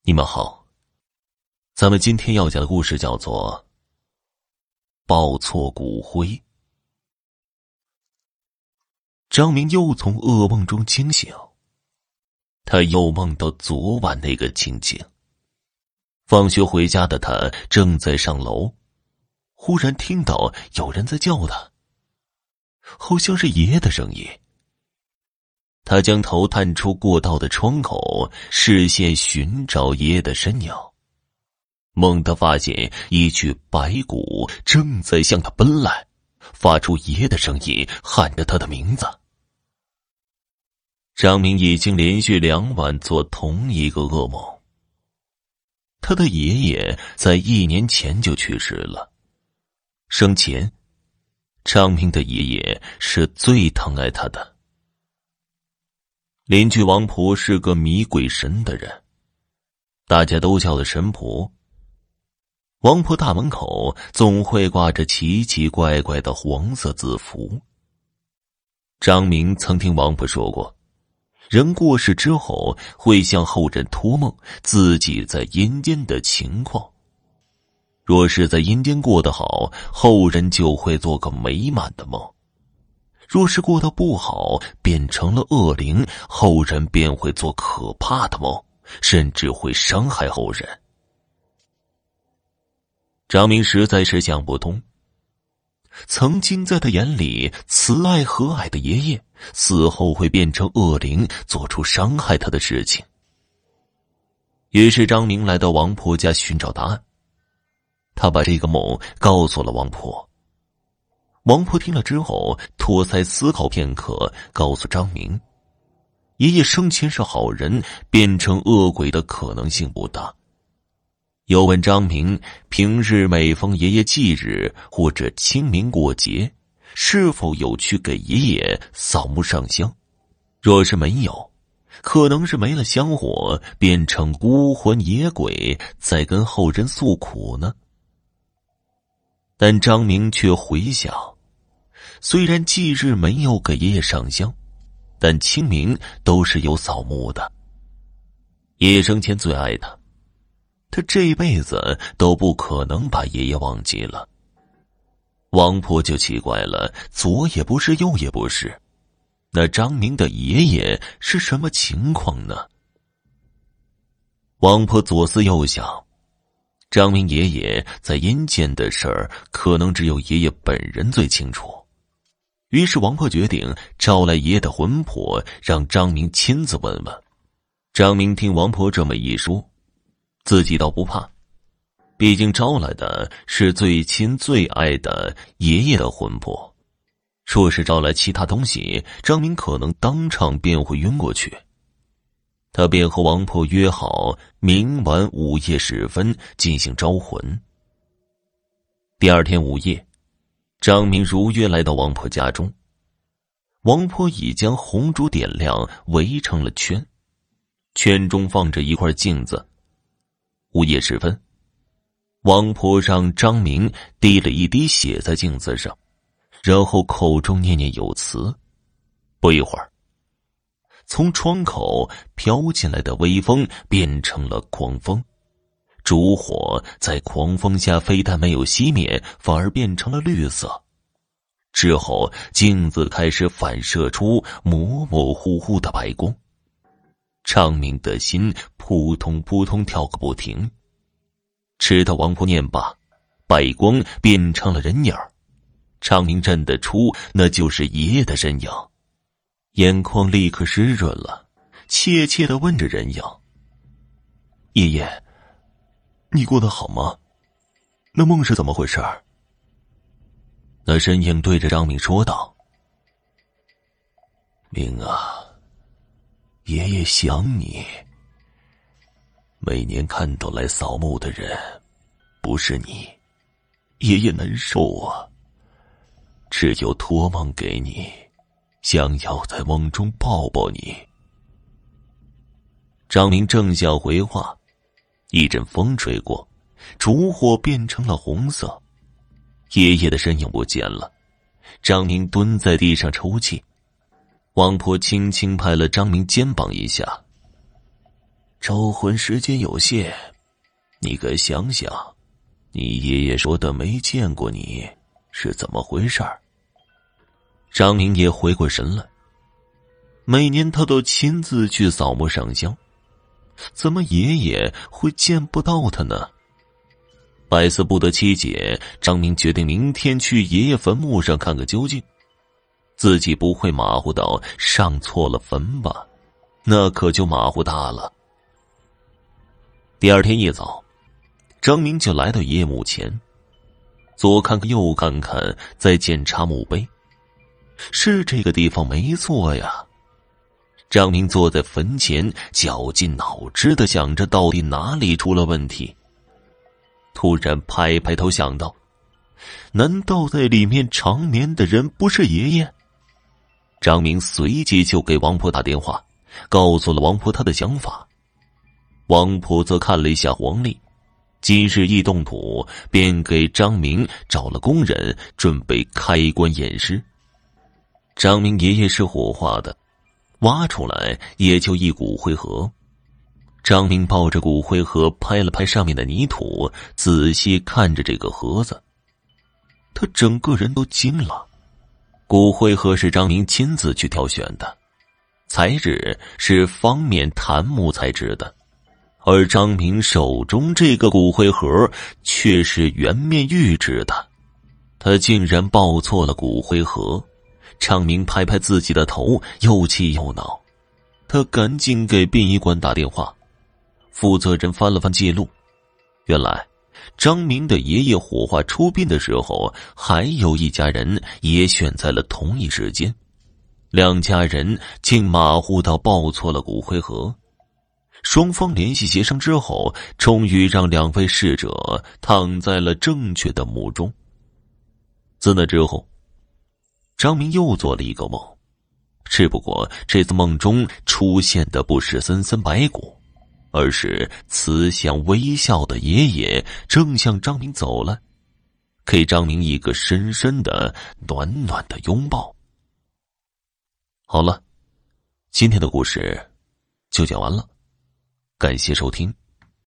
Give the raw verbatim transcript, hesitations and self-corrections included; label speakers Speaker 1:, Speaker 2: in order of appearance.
Speaker 1: 你们好，咱们今天要讲的故事叫做抱错骨灰。张明又从噩梦中惊醒，他又梦到昨晚那个情景。放学回家的他正在上楼，忽然听到有人在叫他，好像是爷爷的声音。他将头探出过道的窗口，视线寻找爷爷的身影。猛地发现一具白骨正在向他奔来，发出爷爷的声音，喊着他的名字。张明已经连续两晚做同一个噩梦。他的爷爷在一年前就去世了。生前，张明的爷爷是最疼爱他的。邻居王婆是个迷鬼神的人，大家都叫她神婆。王婆大门口总会挂着奇奇怪怪的黄色字符。张明曾听王婆说过，人过世之后会向后人托梦自己在阴间的情况，若是在阴间过得好，后人就会做个美满的梦；若是过得不好，变成了恶灵，后人便会做可怕的梦，甚至会伤害后人。张明实在是想不通，曾经在他眼里慈爱和蔼的爷爷，死后会变成恶灵，做出伤害他的事情。于是张明来到王婆家寻找答案。他把这个梦告诉了王婆。王婆听了之后，托腮思考片刻，告诉张明，爷爷生前是好人，变成恶鬼的可能性不大。又问张明，平日每逢爷爷忌日或者清明过节，是否有去给爷爷扫墓上香？若是没有，可能是没了香火，变成孤魂野鬼，在跟后人诉苦呢。但张明却回想，虽然忌日没有给爷爷上香，但清明都是有扫墓的。爷爷生前最爱他，他这辈子都不可能把爷爷忘记了。王婆就奇怪了，左也不是右也不是，那张明的爷爷是什么情况呢？王婆左思右想，张明爷爷在阴间的事儿，可能只有爷爷本人最清楚。于是王婆决定招来爷爷的魂魄，让张明亲自问问。张明听王婆这么一说，自己倒不怕，毕竟招来的是最亲最爱的爷爷的魂魄。若是招来其他东西，张明可能当场便会晕过去。他便和王婆约好明晚午夜时分进行招魂。第二天午夜，张明如约来到王婆家中。王婆已将红烛点亮，围成了圈，圈中放着一块镜子。午夜时分，王婆让张明滴了一滴血在镜子上，然后口中念念有词。不一会儿，从窗口飘进来的微风变成了狂风，烛火在狂风下非但没有熄灭，反而变成了绿色。之后镜子开始反射出模模糊糊的白光。张明的心扑通扑通跳个不停。直到王婆念罢，白光变成了人影。张明认得出那就是爷爷的身影，眼眶立刻湿润了，怯怯地问着人影：爷爷，你过得好吗？那梦是怎么回事？那身影对着张明说道：明啊，爷爷想你。每年看到来扫墓的人不是你，爷爷难受啊，只有托梦给你，想要在梦中抱抱你。张明正想回话，一阵风吹过，烛火变成了红色，爷爷的身影不见了。张明蹲在地上抽泣。王婆轻轻拍了张明肩膀一下： 招魂时间有限，你该想想，你爷爷说的没见过你是怎么回事儿。张明也回过神来，每年他都亲自去扫墓上香，怎么爷爷会见不到他呢？百思不得其解，张明决定明天去爷爷坟墓上看个究竟。自己不会马虎到上错了坟吧？那可就马虎大了。第二天一早，张明就来到爷爷墓前，左看看右看看，再检查墓碑，是这个地方没错呀。张明坐在坟前，绞尽脑汁地想着到底哪里出了问题。突然拍拍头想到，难道在里面长眠的人不是爷爷？张明随即就给王婆打电话，告诉了王婆他的想法。王婆则看了一下黄历，今日一动土，便给张明找了工人，准备开棺验尸。张明爷爷是火化的，挖出来也就一骨灰盒。张明抱着骨灰盒拍了拍上面的泥土，仔细看着这个盒子，他整个人都惊了。骨灰盒是张明亲自去挑选的，材质是方面檀木材质的，而张明手中这个骨灰盒却是圆面玉制的，他竟然抱错了骨灰盒。张明拍拍自己的头，又气又恼，他赶紧给殡仪馆打电话。负责人翻了翻记录，原来张明的爷爷火化出殡的时候，还有一家人也选在了同一时间，两家人竟马虎到抱错了骨灰盒。双方联系协商之后，终于让两位逝者躺在了正确的墓中。自那之后，张明又做了一个梦，只不过这次梦中出现的不是森森白骨，而是慈祥微笑的爷爷正向张明走来，给张明一个深深的暖暖的拥抱。好了，今天的故事就讲完了，感谢收听。